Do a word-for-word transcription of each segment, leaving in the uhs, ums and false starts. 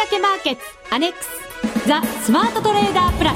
手マーケッツアネックスザ・スマートトレーダープラス。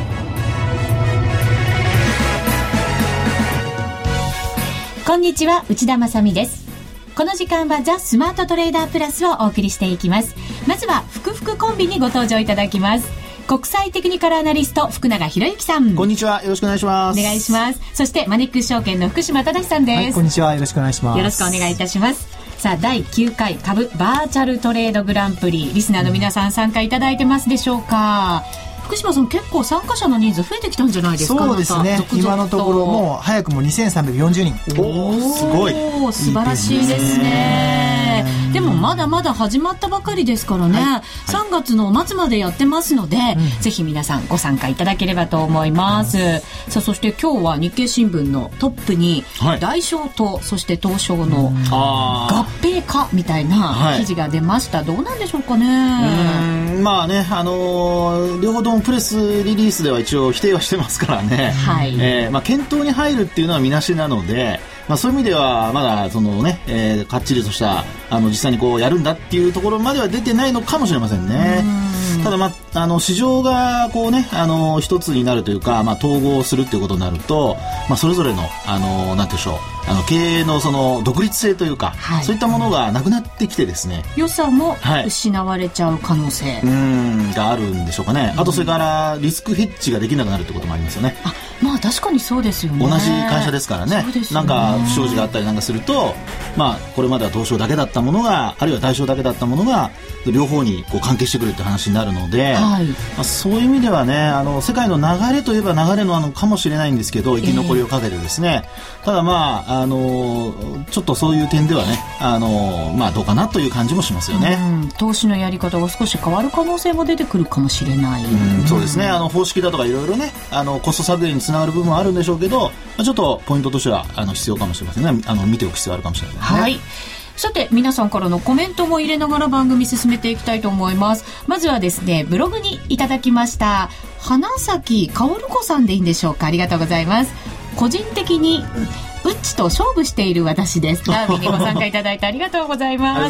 こんにちは、内田まさみです。この時間はザ・スマートトレーダープラスをお送りしていきます。まずは福福コンビにご登場いただきます。国際テクニカルアナリスト福永博之さん、 こんにちは、よろしくお願いします。 お願いします。そしてマネックス証券の福島忠さんです、 はい、こんにちは、よろしくお願いします。 よろしくお願いいたします。さあ、だいきゅうかい株バーチャルトレードグランプリ、リスナーの皆さん参加いただいてますでしょうか。福島さん、結構参加者の人数増えてきたんじゃないですか。 そうですね、今のところもう早くもにせんさんびゃくよんじゅうにん。 おー、すごい、 素晴らしいですね。でもまだまだ始まったばかりですからね、はいはい、さんがつの末までやってますので、うん、ぜひ皆さんご参加いただければと思います、うん、さあ、そして今日は日経新聞のトップに、はい、大商とそして東証の合併化みたいな記事が出ました、はい、どうなんでしょうかね。 うーん、まあね、あのー、両方ともプレスリリースでは一応否定はしてますからね、はい、えーまあ、検討に入るっていうのはみなしなので、まあ、そういう意味ではまだそのね、えー、かっちりとしたあの実際にこうやるんだっていうところまでは出てないのかもしれませんね。ただ、まあ、あの市場がこうね、あの一つになるというか、まあ、統合するっていうことになると、まあ、それぞれのあのなんていうんでしょう、あの経営のその独立性というか、はい、そういったものがなくなってきてですね、 良さも失われちゃう可能性、はい、うーんがあるんでしょうかね。あとそれからリスクヘッジができなくなるってこともありますよね。 あ、まあ確かにそうですよね。同じ会社ですから ね, ねなんか不祥事があったりなんかすると、まあ、これまでは東証だけだったものが、あるいは大証だけだったものが両方にこう関係してくるって話になるので、はい、まあ、そういう意味ではね、あの世界の流れといえば流れのあのかもしれないんですけど、生き残りをかけてですね、えー、ただまあ、あのちょっとそういう点ではね、あの、まあ、どうかなという感じもしますよね。 うん、投資のやり方が少し変わる可能性も出てくるかもしれない。 うん、そうですね、あの方式だとかいろいろね、あのコスト削減につながる部分はあるんでしょうけど、ちょっとポイントとしてはあの必要かもしれませんね。あの見ておく必要あるかもしれませんね。はい。 さて、皆さんからのコメントも入れながら番組進めていきたいと思います。まずはですね、ブログにいただきました花咲かおる子さんでいいんでしょうか。ありがとうございます。個人的にウッチと勝負している私です。ダービーにご参加いただいてありがとうございます。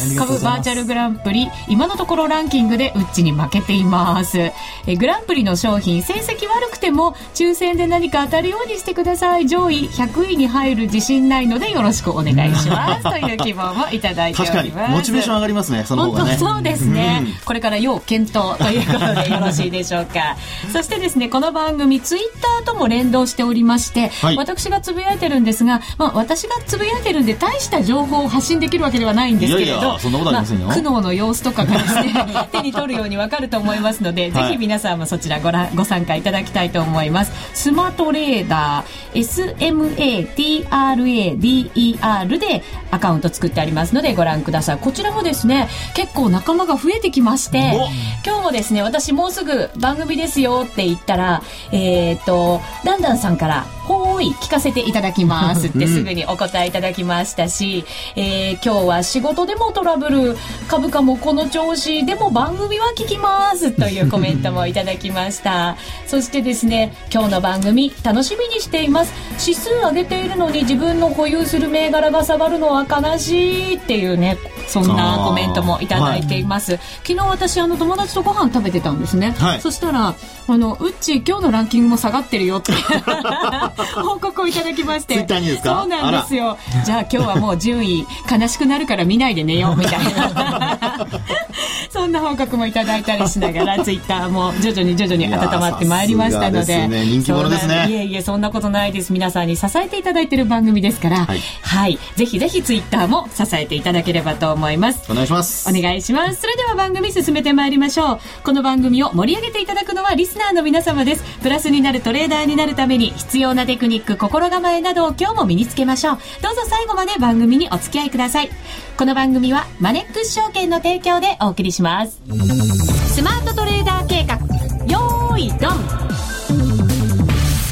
株バーチャルグランプリ、今のところランキングでウッチに負けています。えグランプリの商品成績悪くても抽選で何か当たるようにしてください。上位ひゃくいに入る自信ないのでよろしくお願いしますという希望もいただいております。 確かにモチベーション上がりますね、その方がね。 本当そうですね、うん、これから要検討ということでよろしいでしょうか。そしてですね、この番組ツイッターとも連動しておりまして、はい、私がつぶやいてるんですが、まあ、私がつぶやいてるんで大した情報を発信できるわけではないんですけれど、いやいや、そんなことありませんよ。まあ、苦悩の様子とかがですね手に取るように分かると思いますので、はい、ぜひ皆さんもそちらご覧ご参加いただきたいと思います。スマトレーダー エスエムエーティーアールエーディーイーアール でアカウント作ってありますのでご覧ください。こちらもですね、結構仲間が増えてきまして、今日もですね、私もうすぐ番組ですよって言ったら、えーとダンダンさんからほーい聞かせていただきますってすぐにお答えいただきましたし、えー、今日は仕事でもトラブル、株価もこの調子でも番組は聞きますというコメントもいただきましたそしてですね、今日の番組楽しみにしています。指数上げているのに自分の保有する銘柄が下がるのは悲しいっていうね、そんなコメントもいただいています、はい、昨日私あの友達とご飯食べてたんですね、はい、そしたらあのうっち今日のランキングも下がってるよって報告をいただきまして、 ツイッターにですか。 そうなんですよ。じゃあ今日はもう順位悲しくなるから見ないで寝ようみたいなそんな報告もいただいたりしながらツイッターも徐々に徐々に温まってまいりましたので、 い、ね、人気者ですね。 いえいえ、そんなことないです。皆さんに支えていただいている番組ですから、はい、はい、ぜひぜひツイッターも支えていただければと思います。 お願いします。 お願いします。それでは番組進めてまいりましょう。この番組を盛り上げていただくのはリスナーの皆様です。プラスになるトレーダーになるために必要なテクニック、心構えなどを今日も身につけましょう。どうぞ最後まで番組にお付き合いください。この番組はマネックス証券の提供でお送りします。スマートトレーダー計画、よーいドン。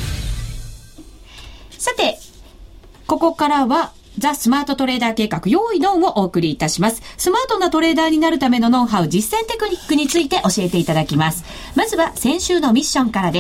さて、ここからはザ・スマートトレーダー計画用意ドンをお送りいたします。スマートなトレーダーになるためのノウハウ、実践テクニックについて教えていただきます。まずは先週のミッションからです。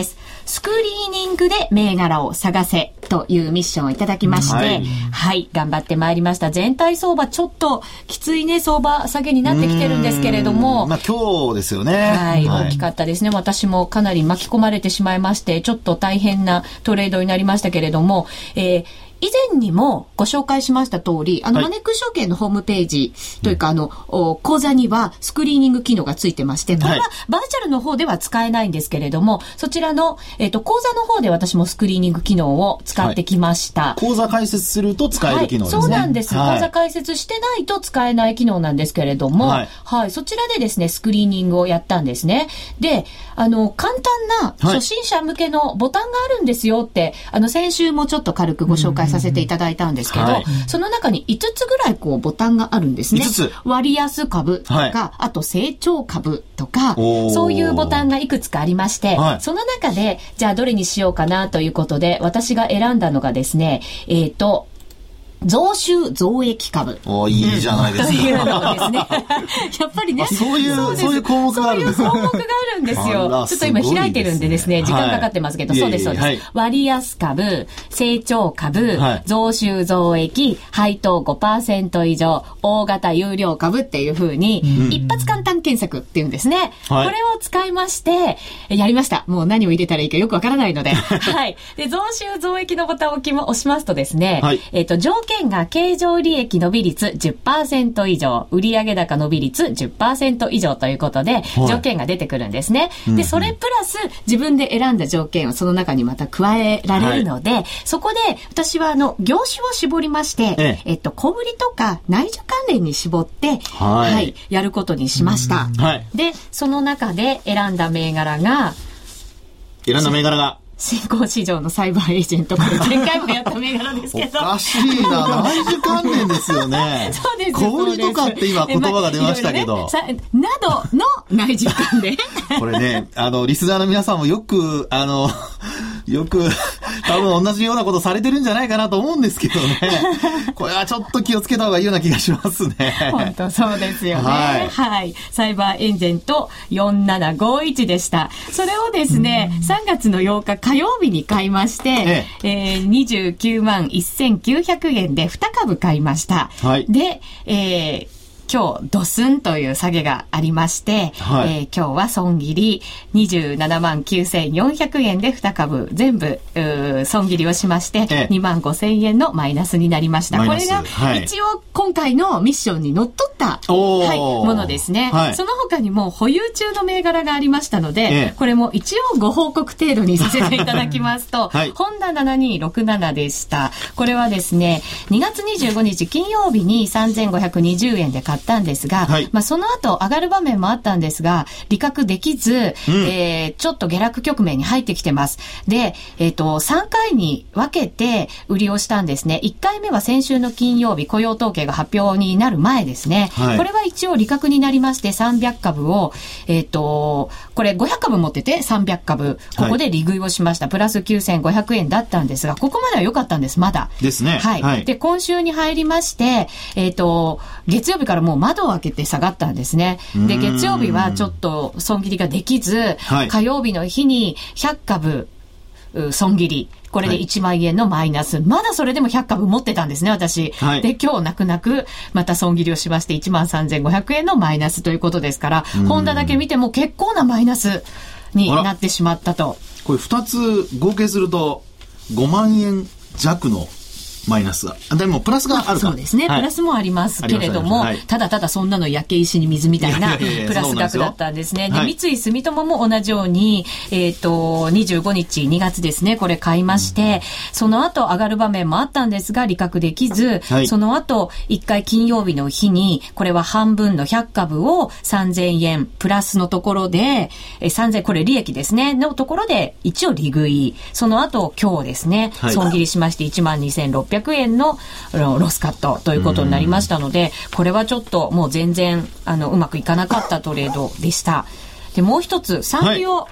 スクリーニングで銘柄を探せというミッションをいただきまして、はい、はい、頑張ってまいりました。全体相場ちょっときついね、相場下げになってきてるんですけれども、 まあ今日ですよね。 はい、大きかったですね。私もかなり巻き込まれてしまいまして、ちょっと大変なトレードになりましたけれども、えー以前にもご紹介しました通り、あの、はい、マネックス証券のホームページというか、あの、口座にはスクリーニング機能がついてまして、これはバーチャルの方では使えないんですけれども、そちらの、えっと、口座の方で私もスクリーニング機能を使ってきました。 はい、口座開設すると使える機能ですね。 はい、そうなんです、はい。口座開設してないと使えない機能なんですけれども、はい、はい、そちらでですね、スクリーニングをやったんですね。で、あの、簡単な初心者向けのボタンがあるんですよって、あの、先週もちょっと軽くご紹介させていただいたんですけど、はい、その中にいつつぐらいこうボタンがあるんですね。いつつ割安株とか、はい、あと成長株とか、そういうボタンがいくつかありまして、はい、その中でじゃあどれにしようかなということで私が選んだのがですね、えっと増収増益株。 お、いいじゃないですか。 というのをですね。やっぱりね。 そういう、そうそういう項目があるんですそういう項目があるんですよ。ちょっと今開いてるんでですね、時間かかってますけど、はい、そうです、そうです、はい。割安株、成長株、はい、増収増益、配当 ごパーセント 以上、大型有料株っていう風に、うん、一発簡単検索っていうんですね。はい、これを使いまして、やりました。もう何を入れたらいいかよくわからないので。はい。で、増収増益のボタンを押しますとですね、はい、えっと、条件が経常利益伸び率 じゅっパーセント 以上、売上高伸び率 じゅっパーセント 以上ということで、条件が出てくるんですね。はい、で、それプラス自分で選んだ条件をその中にまた加えられるので、はい、そこで私はあの、業種を絞りまして、えええっと、小売りとか内需関連に絞って、はい、はい、やることにしました。はい、で、その中で選んだ銘柄が、 選んだ銘柄が、 新興市場のサイバーエージェント、これ前回もやった銘柄ですけど。 おかしいな、内需関連ですよね。 そうです。 小売りとかって今言葉が出ましたけど。 まあね、などの内需関連。 これね、あの、リスナーの皆さんもよく、あの、よく、多分同じようなことされてるんじゃないかなと思うんですけどね。これはちょっと気をつけた方がいいような気がしますね。 本当そうですよね。はい。はい。サイバーエージェントよんななごいちでした。それをですね、さんがつのようか火曜日に買いまして、えええー、にじゅうきゅうまんせんきゅうひゃくえんでにかぶ買いました。はい。で、えー、今日ドスンという下げがありまして、はい、えー、今日は損切りにじゅうななまんきゅうせんよんひゃくえんでにかぶ全部損切りをしまして、ええ、にまんごせんえんのマイナスになりました。これが一応今回のミッションにのっとった、はい、ものですね、はい、その他にも保有中の銘柄がありましたので、ええ、これも一応ご報告程度にさせていただきますと、はい、ホンダななにーろくななでした。これはですね、にがつにじゅうごにち金曜日にさんぜんごひゃくにじゅうえんで買ったんですが、はい、まあ、その後上がる場面もあったんですが利確できず、うん、えー、ちょっと下落局面に入ってきてます。で、えっとさんかいに分けて売りをしたんですね。いっかいめは先週の金曜日雇用統計が発表になる前ですね、はい、これは一応利確になりましてさんびゃくかぶを、えっとこれごひゃくかぶ持っててさんびゃくかぶここで利食いをしました。プラスきゅうせんごひゃくえんだったんですが、ここまでは良かったんです。まだですね。 はい、はい、で今週に入りまして、えっと月曜日からもう窓を開けて下がったんですね。で月曜日はちょっと損切りができず、はい、火曜日の日にひゃくかぶ損切り、これでいちまんえんのマイナス、はい、まだそれでもひゃくかぶ持ってたんですね、私、はい、で今日泣く泣くまた損切りをしましていちまんさんぜんごひゃくえんのマイナスということですから、ホンダだけ見ても結構なマイナスになってしまったと。 これふたつ合計するとごまんえん弱のマイナスが。でもプラスがあるか、まあ、 そうですね、はい、プラスもありますけれども、はい、ただただそんなの焼け石に水みたいなプラス額だったんですね。で、はい、三井住友も同じように、えっとにじゅうごにちにがつですね、これ買いまして、うん、その後上がる場面もあったんですが利確できず、はい、その後いっかい金曜日の日にこれは半分のひゃくかぶをさんぜんえんプラスのところでえさんぜん、これ利益ですねのところで一応利食い、その後今日ですね、はい、損切りしましていちまんにせんろっぴゃくえんのロスカットということになりましたので、これはちょっともう全然あのうまくいかなかったトレードでした。でもう一つ産業、はい、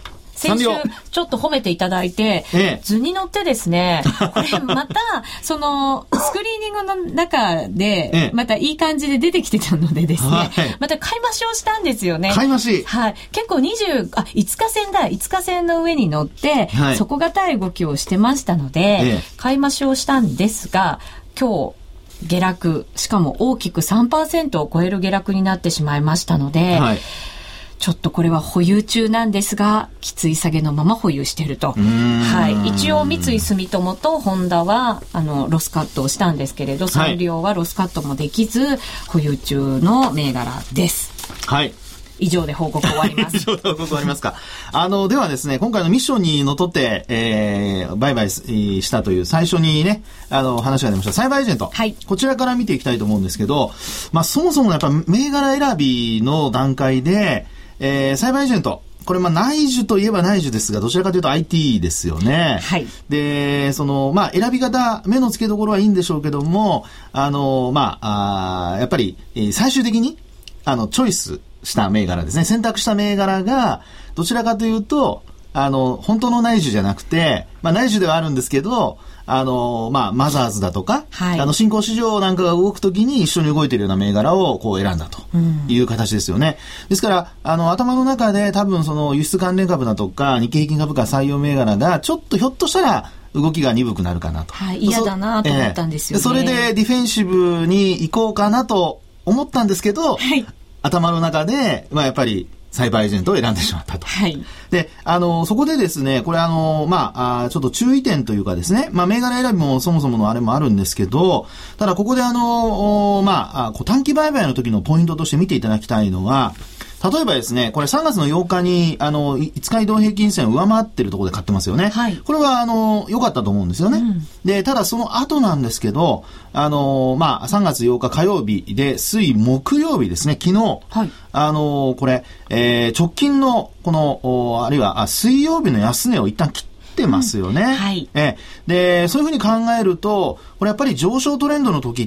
先週ちょっと褒めていただいて、ええ、図に乗ってですね、これまたそのスクリーニングの中でまたいい感じで出てきてたのでですね、はい、また買い増しをしたんですよね。 買い増し、 はい、結構にじゅうあいつか線だいつか線の上に乗って、はい、底堅い動きをしてましたので、ええ、買い増しをしたんですが、今日下落、しかも大きく さんパーセント を超える下落になってしまいましたので、はい、ちょっとこれは保有中なんですが、きつい下げのまま保有していると。はい。一応三井住友とホンダはあのロスカットをしたんですけれど、サンリオはロスカットもできず保有中の銘柄です。 はい。 以上で報告終わります。 以上で報告終わりますか。あの、ではですね、今回のミッションにのっとって、えー、売買したという最初にね、あの、話が出ました、サイバーエージェント。はい。こちらから見ていきたいと思うんですけど、まあ、そもそもやっぱ銘柄選びの段階で、えー、サイバーエージェント。これまあ内需といえば内需ですが、どちらかというと アイティー ですよね。はい。で、その、まあ選び方、目の付けどころはいいんでしょうけども、あの、まあ、あやっぱり、えー、最終的に、あの、チョイスした銘柄ですね。選択した銘柄が、どちらかというと、あの、本当の内需じゃなくて、まあ内需ではあるんですけど、あの、まあ、マザーズだとか、はい、あの、新興市場なんかが動くときに一緒に動いているような銘柄をこう選んだという形ですよね。うん、ですから、あの、頭の中で多分その輸出関連株だとか、日経平均株価採用銘柄が、ちょっとひょっとしたら動きが鈍くなるかなと。 はい、嫌だなと思ったんですよね。 それでディフェンシブに行こうかなと思ったんですけど、はい、頭の中で、まあ、やっぱり、サイバーエージェントを選んでしまったと。はい。で、あの、そこでですね、これあの、まあ、あちょっと注意点というかですね、まあ、銘柄選びもそもそものあれもあるんですけど、ただここであの、まあ、こう短期売買の時のポイントとして見ていただきたいのは、例えばですね、これさんがつのようかに、あの、いつか移動平均線を上回ってるところで買ってますよね。はい。これは、あの、良かったと思うんですよね。うん、で、ただその後なんですけど、あの、まあ、さんがつようか火曜日で、水木曜日ですね、昨日。はい。あの、これ、えー、直近の、この、あるいは、あ水曜日の安値を一旦切ってますよね。うん、はい。えで、そういうふうに考えると、これやっぱり上昇トレンドの時って、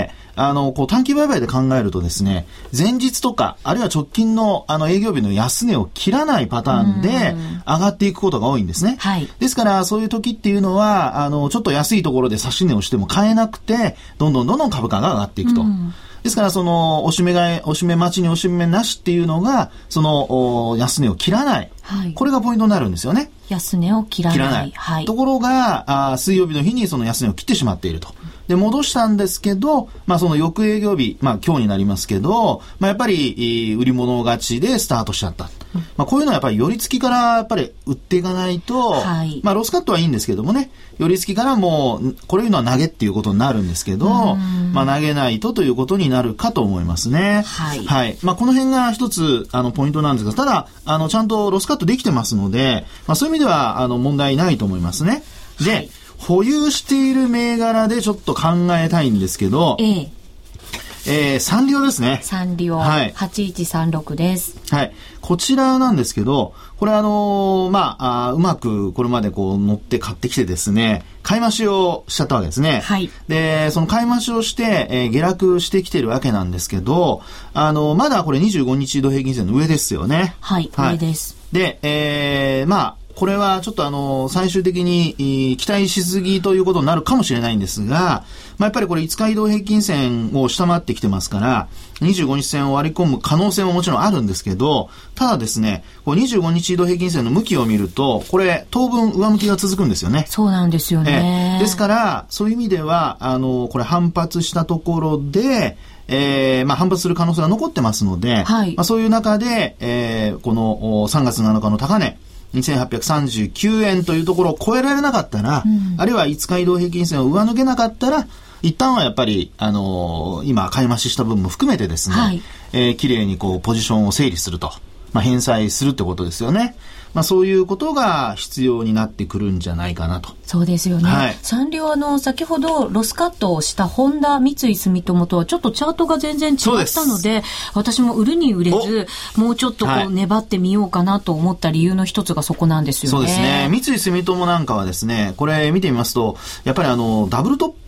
あの、こう短期売買で考えるとですね、前日とか、あるいは直近のあの営業日の安値を切らないパターンで上がっていくことが多いんですね。はい。ですから、そういう時っていうのは、あの、ちょっと安いところで指し値をしても買えなくて、どんどんどんどん株価が上がっていくと。ですから、その、おしめ買い、おしめ待ちにおしめなしっていうのが、その、安値を切らない。はい。これがポイントになるんですよね。 安値を切らない。 切らない。はい。ところが、あ水曜日の日にその安値を切ってしまっていると。で、戻したんですけど、まあその翌営業日、まあ今日になりますけど、まあやっぱり、売り物勝ちでスタートしちゃった。うん、まあこういうのはやっぱり寄り付きからやっぱり売っていかないと、はい、まあロスカットはいいんですけどもね、寄り付きからもう、これいうのは投げっていうことになるんですけど、まあ投げないとということになるかと思いますね。はい。はい。まあこの辺が一つ、あの、ポイントなんですが、ただ、あの、ちゃんとロスカットできてますので、まあそういう意味では、あの、問題ないと思いますね。で、はい、保有している銘柄でちょっと考えたいんですけど、えええー、サンリオですね。 サンリオ、はい、はちいちさんろくです。 はい。こちらなんですけど、これあのー、まあ、あうまくこれまでこう乗って買ってきてですね、買い増しをしちゃったわけですね。はい。で、その買い増しをして、えー、下落してきてるわけなんですけど、あのー、まだこれにじゅうごにち移動平均線の上ですよね。 はい、はい、上です。 で、えー、まあ、これはちょっとあの、最終的に期待しすぎということになるかもしれないんですが、まあ、やっぱりこれいつか移動平均線を下回ってきてますから、にじゅうごにち線を割り込む可能性ももちろんあるんですけど、ただですね、こうにじゅうごにち移動平均線の向きを見ると、これ当分上向きが続くんですよね。 そうなんですよね。 えですから、そういう意味では、あの、これ反発したところで、えー、まあ反発する可能性が残ってますので、はい、まあそういう中で、えー、このさんがつなのかの高値、にせんはっぴゃくさんじゅうきゅうえんというところを超えられなかったら、うん、あるいはいつか移動平均線を上抜けなかったら、一旦はやっぱり、あのー、今買い増しした分も含めてですね、はい、えー、綺麗にこうポジションを整理すると、まあ、返済するってことですよね。まあ、そういうことが必要になってくるんじゃないかなと。 そうですよね。はい、サンリオあの先ほどロスカットをしたホンダ、三井住友とはちょっとチャートが全然違ったので、私も売るに売れず、もうちょっとこう粘ってみようかなと思った理由の一つがそこなんですよね。 そうですね。三井住友なんかはですね、これ見てみますと、やっぱりあのダブルトッ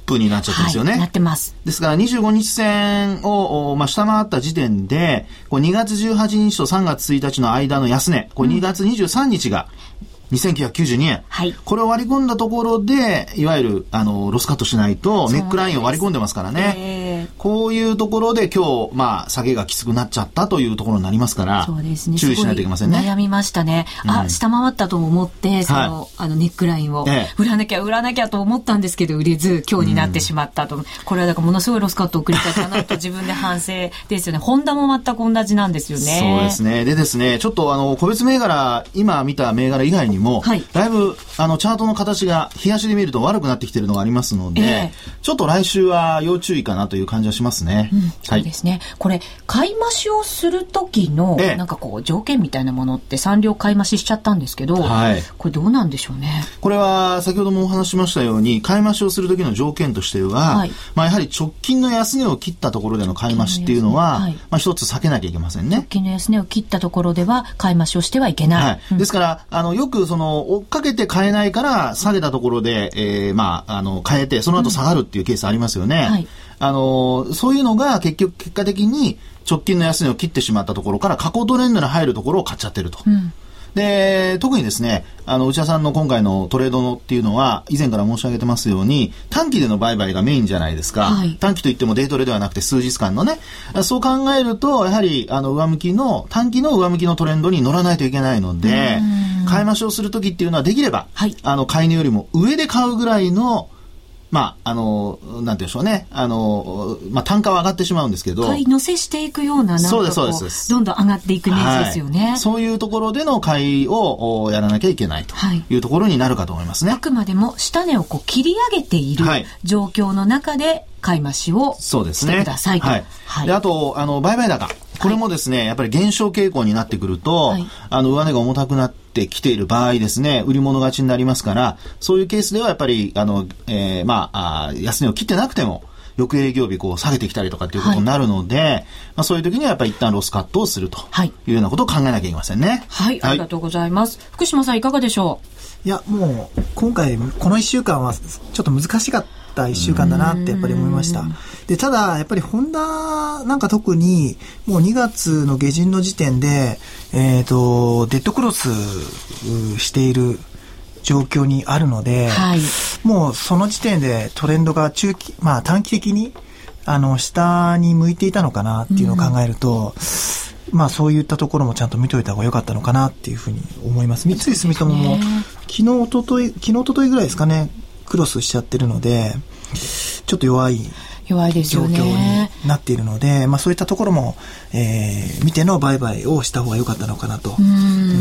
プになっちゃってますよね。 はい、なってます。 ですからにじゅうごにち線を、まあ、下回った時点で、こうにがつじゅうはちにちとさんがつついたちの間の安値、これにがつにじゅうさんにちが、にせんきゅうひゃくきゅうじゅうにえん、はい、これを割り込んだところでいわゆるあのロスカットしないとネックラインを割り込んでますからね、えー、こういうところで今日、まあ、下げがきつくなっちゃったというところになりますから、 そうですね、 注意しないといけませんね。 悩みましたね、うん、あ下回ったと思ってその、はい、あのネックラインを売らなきゃ売らなきゃと思ったんですけど売れず今日になってしまったと、うん、これはだからものすごいロスカットを繰り返したなと自分で反省ですよね。ホンダも全く同じなんですよね。 そうですね。でですね、ちょっとあの個別銘柄今見た銘柄以外にも、はい、だいぶあのチャートの形が日足で見ると悪くなってきているのがありますので、えー、ちょっと来週は要注意かなという感じはしますね、うん、 そうですね、はい、これ買い増しをする時の、えー、なんかこう条件みたいなものってさん両買い増ししちゃったんですけど、はい、これどうなんでしょうね。 これは先ほどもお話しましたように買い増しをする時の条件としては、はい、まあ、やはり直近の安値を切ったところでの買い増しっていうのは、はい、まあ、一つ避けなきゃいけませんね。 直近の安値を切ったところでは買い増しをしてはいけない、はい、 うん、ですからあのよくその追っかけて買えないから下げたところで、えー、まあ、あの変えてその後下がるっていうケースありますよね、うん、はい、あのそういうのが結局結果的に直近の安値を切ってしまったところから過去トレンドに入るところを買っちゃってると、うん、で特にですね、あの内田さんの今回のトレードのっていうのは以前から申し上げてますように短期での売買がメインじゃないですか、はい、短期といってもデイトレではなくて数日間のね、そう考えるとやはりあの上向きの短期の上向きのトレンドに乗らないといけないので、買い増しをするときっていうのはできれば、はい、あの買い値よりも上で買うぐらいの、まあ、あの、なんて言うんでしょうね。あの、まあ、単価は上がってしまうんですけど。 買い乗せしていくような、なんかこう、そうです、そうです。どんどん上がっていくイメージですよね。はい、 そういうところでの買いをやらなきゃいけないというところになるかと思いますね。 はい、あくまでも下値をこう切り上げている状況の中で買い増しをしてくださいと。 はい。はい、で、あと、あの、売買高。これもですね、やっぱり減少傾向になってくると、はい、あの、上値が重たくなってきている場合ですね、売り物勝ちになりますから、そういうケースではやっぱり、あの、えー、まあ、あ安値を切ってなくても、翌営業日こう下げてきたりとかっていうことになるので、はい、まあ、そういう時にはやっぱり一旦ロスカットをするというようなことを考えなきゃいけませんね。 はい、はい、ありがとうございます。福島さんいかがでしょう。いや、もう、今回、このいっしゅうかんはちょっと難しかった。いっしゅうかんだなってやっぱり思いました。で、ただやっぱりホンダなんか特にもうにがつの下旬の時点で、えっと、デッドクロスしている状況にあるので、はい、もうその時点でトレンドが中期、まあ短期的にあの下に向いていたのかなっていうのを考えると、うん、まあそういったところもちゃんと見といた方が良かったのかなっていうふうに思います。三井住友も昨日一昨日昨日一昨日ぐらいですかね、クロスしちゃってるのでちょっと弱い弱いですよね、 状況になっているので、まあ、そういったところも、えー、見ての売買をした方が良かったのかなと。うん、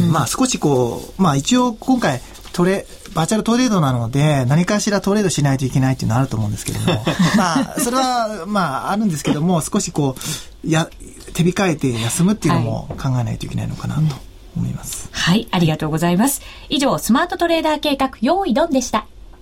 まあ、少しこう、まあ、一応今回トレバーチャルトレードなので何かしらトレードしないといけないっていうのはあると思うんですけどもまあそれはまああるんですけども、少しこうや手控えて休むっていうのも考えないといけないのかなと思います。 はい、ありがとうございます。以上スマートトレーダー計画用意ドンでした。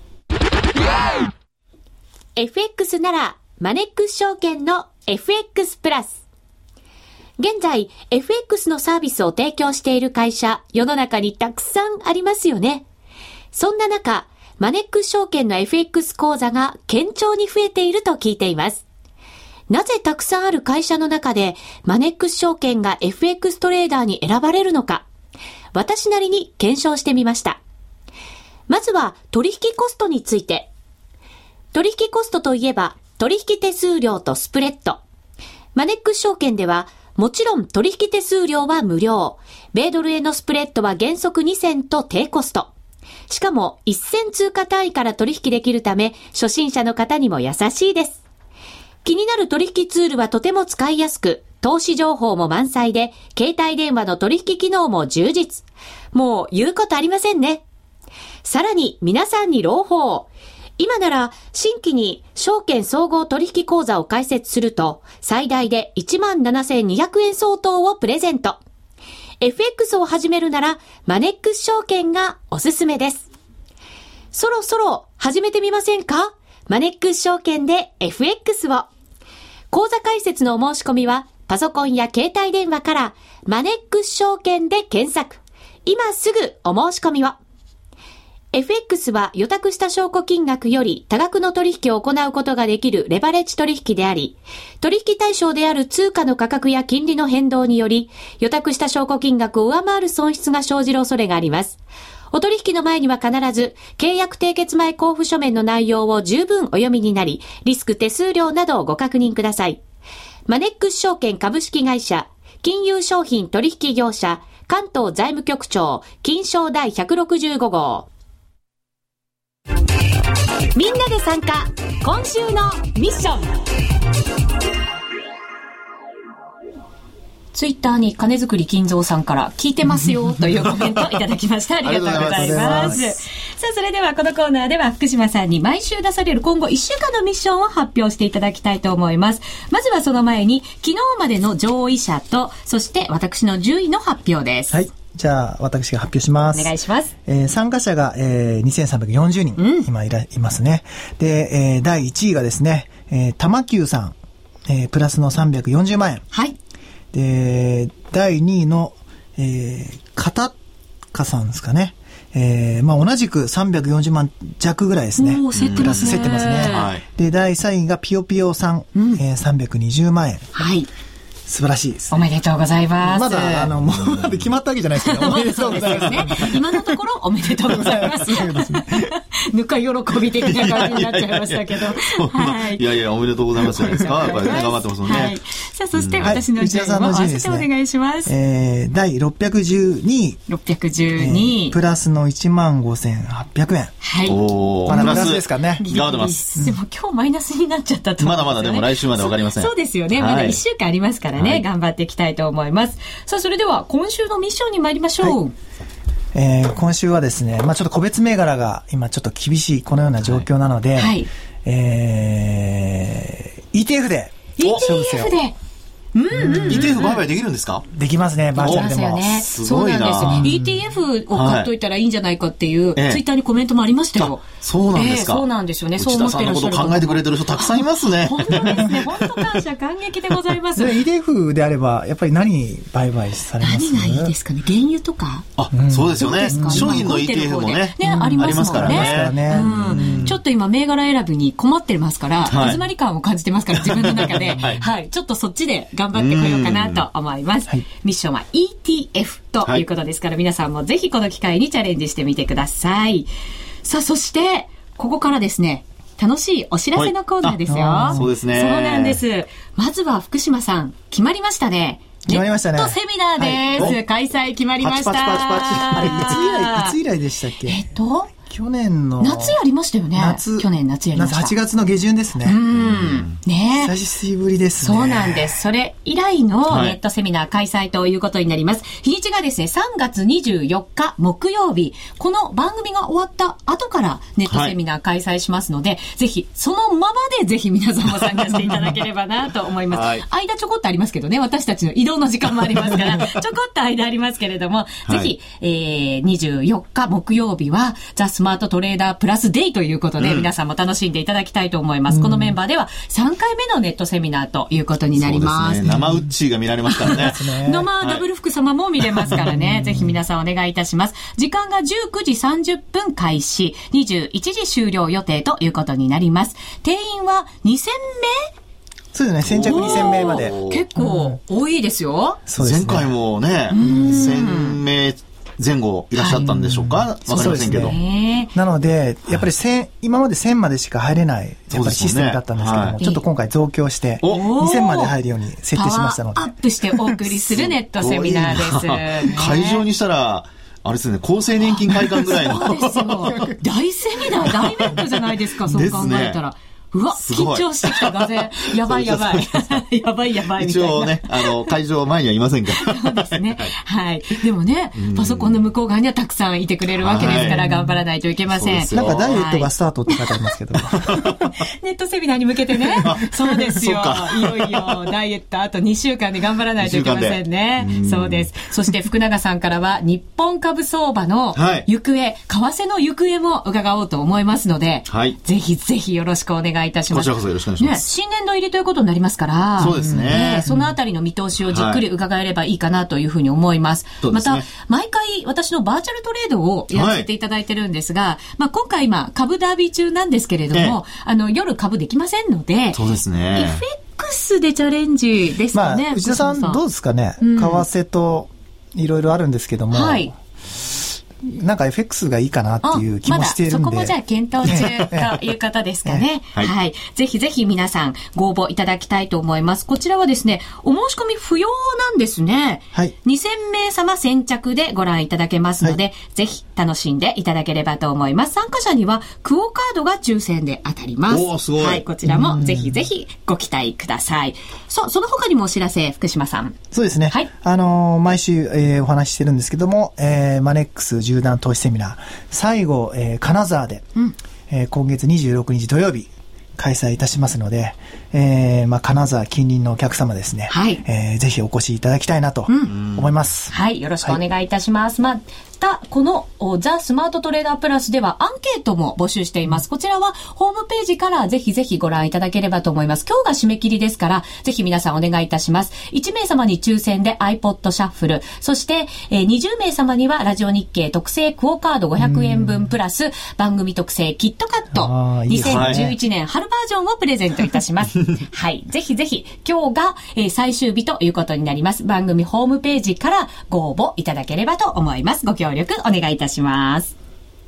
エフエックス ならマネックス証券の エフエックス プラス。現在 エフエックス のサービスを提供している会社、世の中にたくさんありますよね。そんな中、マネックス証券の エフエックス 口座が堅調に増えていると聞いています。なぜたくさんある会社の中でマネックス証券が エフエックス トレーダーに選ばれるのか、私なりに検証してみました。まずは取引コストについて。取引コストといえば取引手数料とスプレッド。マネックス証券ではもちろん取引手数料は無料。米ドル円のスプレッドは原則に銭と低コスト。しかもいっ銭通貨単位から取引できるため初心者の方にも優しいです。気になる取引ツールはとても使いやすく、投資情報も満載で携帯電話の取引機能も充実。もう言うことありませんね。さらに皆さんに朗報。今なら新規に証券総合取引口座を開設すると最大で いちまんななせんにひゃくえん相当をプレゼント。エフエックス を始めるならマネックス証券がおすすめです。そろそろ始めてみませんか？マネックス証券で エフエックス を。口座開設のお申し込みはパソコンや携帯電話からマネックス証券で検索。今すぐお申し込みを。 エフエックス は予託した証拠金額より多額の取引を行うことができるレバレッジ取引であり、取引対象である通貨の価格や金利の変動により、予託した証拠金額を上回る損失が生じる恐れがあります。お取引の前には必ず、契約締結前交付書面の内容を十分お読みになり、リスク手数料などをご確認ください。マネックス証券株式会社、金融商品取引業者、関東財務局長、金商第ひゃくろくじゅうご号。みんなで参加、今週のミッション。ツイッターに金作り金蔵さんから聞いてますよというコメントをいただきました。ありがとうございます。さあ、それではこのコーナーでは福島さんに毎週出される今後いっしゅうかんのミッションを発表していただきたいと思います。まずはその前に昨日までの上位者と、そして私の順位の発表です。 はい。じゃあ、私が発表します。 お願いします。 えー、参加者が、えー、にせんさんびゃくよんじゅうにん、うん、今いら、いますね。で、えー、だいいちいがですね、えー、玉久さん、えー、プラスのさんびゃくよんじゅうまんえん。 はい。 で、だいにいの、えー、片かさんですかね。えー、まあ同じくさんびゃくよんじゅうまん弱ぐらいですね。 おー、競ってますね。 競ってますね。はい。で、だいさんいがピヨピヨさん、うん、えー、さんびゃくにじゅうまんえん。 はい。 素晴らしいです、ね。 おめでとうございます。 まだ、あの、もう、決まったわけじゃないですけど、おめでとうございます。 ね、今のところおめでとうございます。そうですね。ぬか喜び的な感じになっちゃいましたけど。 はい。いやいや、おめでとうございますじゃないですか。やっぱりね、頑張ってますもんね。はい。 さあ、そして私の順位も合わせてお願いします。 えー、だいろっぴゃくじゅうにい。 ろっぴゃくじゅうにい。 プラスのいちまんごせんはっぴゃくえん。 はい。 おー。まだプラスですかね。 頑張ってます。 でも今日マイナスになっちゃったと思うんですよね。 まだまだでも来週までわかりません。 そうですよね。まだいっしゅうかんありますからね。頑張っていきたいと思います。さあ、それでは今週のミッションに参りましょう。はい、 えー、今週はですね、まあちょっと個別銘柄が今ちょっと厳しいこのような状況なので、はいはい、えー、イーティーエフ で勝負せよ。 イーティーエフ でうんうんうん、イーティーエフ 売買できるんですか？ できますね、バーチャルでも。 ね、そうなんです。イーティーエフ を買っといたらいいんじゃないかっていう、はい、ツイッターにコメントもありましたよ。 そうなんですか、 えー、そうなんですよね。そう思ってらっしゃる。 内田さんのこと考えてくれてる人たくさんいますね。 本当ですね。本当感謝感激でございます。 イーティーエフ であれば、やっぱり何売買されます？ 何がいいですかね。原油とか。 あ、うん、そうですよね。商品の イーティーエフ もね、 ね、ありますもんね。 ね、 うん。ちょっと今銘柄選びに困ってますから、手詰まり感を感じてますから、自分の中で、はい、はい。ちょっとそっちで頑張ってこようかなと思います。はい、ミッションは イーティーエフ ということですから、はい、皆さんもぜひこの機会にチャレンジしてみてください。さあ、そしてここからですね、楽しいお知らせのコーナーですよ。 はい、そうですね。 そうなんです。まずは福島さん、決まりましたね。 決まりましたね。 ネットセミナーです。はい、開催決まりました。 パチパチパチパチ。あれ、いつ以来、いつ以来でしたっけ？ えっと去年の夏やりましたよね。夏去年夏やりました。 夏はちがつの下旬ですね。 うん。ね。 久しぶりですね。 そうなんです。それ以来のネットセミナー開催ということになります。はい、日にちがですね、さんがつにじゅうよっか木曜日。この番組が終わった後からネットセミナー開催しますので、はい、ぜひそのままでぜひ皆さんも参加していただければなと思います。はい、間ちょこっとありますけどね、私たちの移動の時間もありますから、ちょこっと間ありますけれども、はい、ぜひ、えー、にじゅうよっか木曜日はザ・スマートトレーダープラスデイということで、うん、皆さんも楽しんでいただきたいと思います、うん、このメンバーではさんかいめのネットセミナーということになります。 そうですね、生ウッチーが見られますからね。 生ダブル福様も見れますからね、はい、ぜひ皆さんお願いいたします。時間がじゅうくじさんじゅっぷん開始、にじゅういちじ終了予定ということになります。定員はにせんめい。 そうですね、先着にせんめいまで。 結構多いですよ。 そうですね、 前回もね、せんめい前後いらっしゃったんでしょうか、はい、わかりませんけど、 ね、なのでやっぱりせん今までせんまでしか入れないやっぱりシステムだったんですけども、ね、はい、ちょっと今回増強してにせんまで入るように設定しましたので、 アップしてお送りするネットセミナーです、ね、 会場にしたらあれですね、厚生年金会館ぐらいのそうですよ、大セミナー大イベントじゃないですか、そう考えたら。うわ、緊張してきた画面。やばいやばい。やばいやばいみたいな。 一応ね、あの、会場前にはいませんから。 そうですね。はい。でもね、パソコンの向こう側にはたくさんいてくれるわけですから、頑張らないといけません。 なんかダイエットがスタートって書いてありますけど。 ネットセミナーに向けてね。そうですよ。いよいよ、ダイエットあとにしゅうかんで頑張らないといけませんね。そうです。そして福永さんからは、日本株相場の行方、為替の行方も伺おうと思いますので、ぜひぜひよろしくお願いいいたします。 こちらこそよろしくお願いします。 ね、新年度入りということになりますから、 そうですね。 ね、そのあたりの見通しをじっくり伺えればいいかなというふうに思います。はい、また、毎回私のバーチャルトレードをやらせていただいてるんですが、はい、まあ今回今、株ダービー中なんですけれども、あの、夜株できませんので、 そうですね。 エフエックス でチャレンジですかね。 まあ、内田さんどうですかね。うん、為替といろいろあるんですけども、はい。なんか エフエックス がいいかなっていう気もしているんで。 まだそこもじゃあ検討中ということですかね。はい、はい。ぜひぜひ皆さんご応募いただきたいと思います。こちらはですね、お申し込み不要なんですね。はい。にせんめい様先着でご覧いただけますので、はい、ぜひ楽しんでいただければと思います。参加者にはクオカードが抽選で当たります。 おー、すごい。 はい。こちらもぜひぜひご期待ください。さあ、その他にもお知らせ、福島さん。 そうですね。はい。あのー、毎週、えー、お話ししてるんですけども、えー、マネックス縦断投資セミナー最後、えー、金沢で、うん、えー、今月にじゅうろくにち土曜日開催いたしますので、えーまあ、金沢近隣のお客様ですね、はい、えー、ぜひお越しいただきたいなと思います、 うん、はい、よろしくお願いいたします、はい。またこのザ・スマートトレーダープラスではアンケートも募集しています。こちらはホームページからぜひぜひご覧いただければと思います。今日が締め切りですからぜひ皆さんお願いいたします。いちめい様に抽選で iPod シャッフル、そして、えー、にじゅうめい様にはラジオ日経特製クオカードごひゃくえんぶんプラス番組特製キットカットにせんじゅういちねん春バージョンをプレゼントいたしますはい、ぜひぜひ今日が、えー、最終日ということになります。番組ホームページからご応募いただければと思います。ご協力お願いいたします。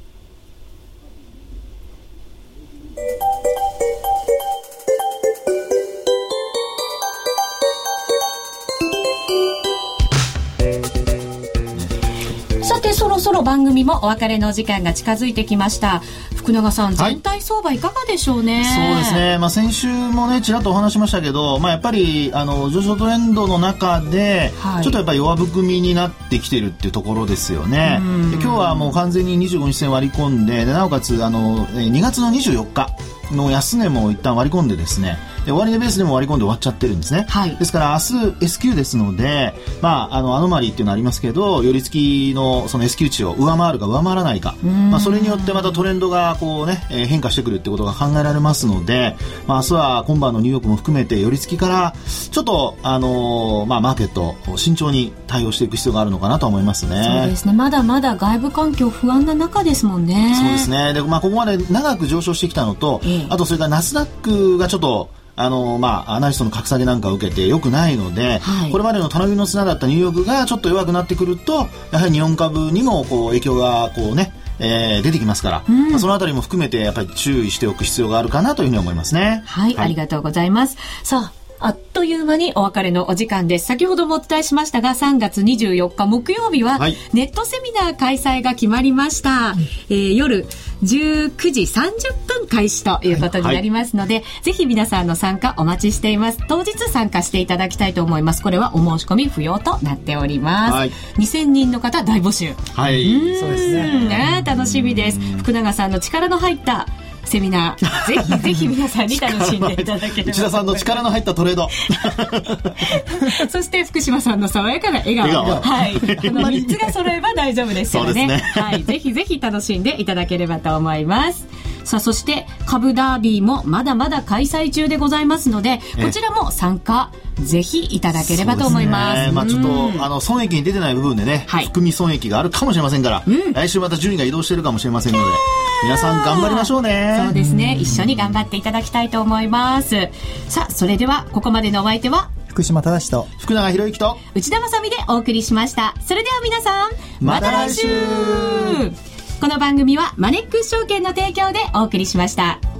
さてそろそろ番組もお別れの時間が近づいてきました。福永さん、全体相場いかがでしょうね。 はい、そうですね、まあ、先週もねちらっとお話しましたけど、まあ、やっぱりあの上昇トレンドの中で、はい、ちょっとやっぱり弱含みになってきてるっていうところですよね。で今日はもう完全ににじゅうごにち線割り込んで、でなおかつあのにがつのにじゅうよっかの安値も一旦割り込んでですね、で終値ベースでも割り込んで終わっちゃってるんですね、はい、ですから明日 S q ですので、まあ、あのアノマリーっていうのありますけど、寄り付きのその S q 値を上回るか上回らないか、まあ、それによってまたトレンドがこう、ね、えー、変化してくるってことが考えられますので、まあ、明日は今晩のニューヨークも含めて寄り付きからちょっと、あのーまあ、マーケット慎重に対応していく必要があるのかなと思いますね。 そうですね、まだまだ外部環境不安な中ですもんね。 そうですね。で、まあ、ここまで長く上昇してきたのと、えー、あとそれからナスダックがちょっとあのまあ、アナリストの格下げなんかを受けて良くないので、はい、これまでの頼みの綱だったニューヨークがちょっと弱くなってくると、やはり日本株にもこう影響がこう、ねえー、出てきますから、うん、まあ、そのあたりも含めてやっぱり注意しておく必要があるかなというふうに思いますね。 はい、はい、ありがとうございます。さあ、あっという間にお別れのお時間です。先ほどもお伝えしましたが、さんがつにじゅうよっか木曜日はネットセミナー開催が決まりました、はい、えー、夜じゅうくじさんじゅっぷん開始ということになりますので、はい、ぜひ皆さんの参加お待ちしています。当日参加していただきたいと思います。これはお申し込み不要となっております、はい、にせんにんの方大募集。 はい、 そうですね、 ね、楽しみです。福永さんの力の入ったセミナー、ぜひぜひ皆さんに楽しんでいただければ。 内田さんの力の入ったトレードそして福島さんの爽やかな笑顔、笑顔、はい、このみっつが揃えば大丈夫ですからね。はい、ぜひぜひ楽しんでいただければと思います。さあ、そして株ダービーもまだまだ開催中でございますので、こちらも参加ぜひいただければと思います。 ね、まあ、ちょっとあの損益に出てない部分でね、はい、含み損益があるかもしれませんから、うん、来週また順位が移動しているかもしれませんので、皆さん頑張りましょうね。 そうですね、一緒に頑張っていただきたいと思います。さあ、それではここまでのお相手は福島正と福永博之と内田まさみでお送りしました。それでは皆さん、また来週。この番組はマネックス証券の提供でお送りしました。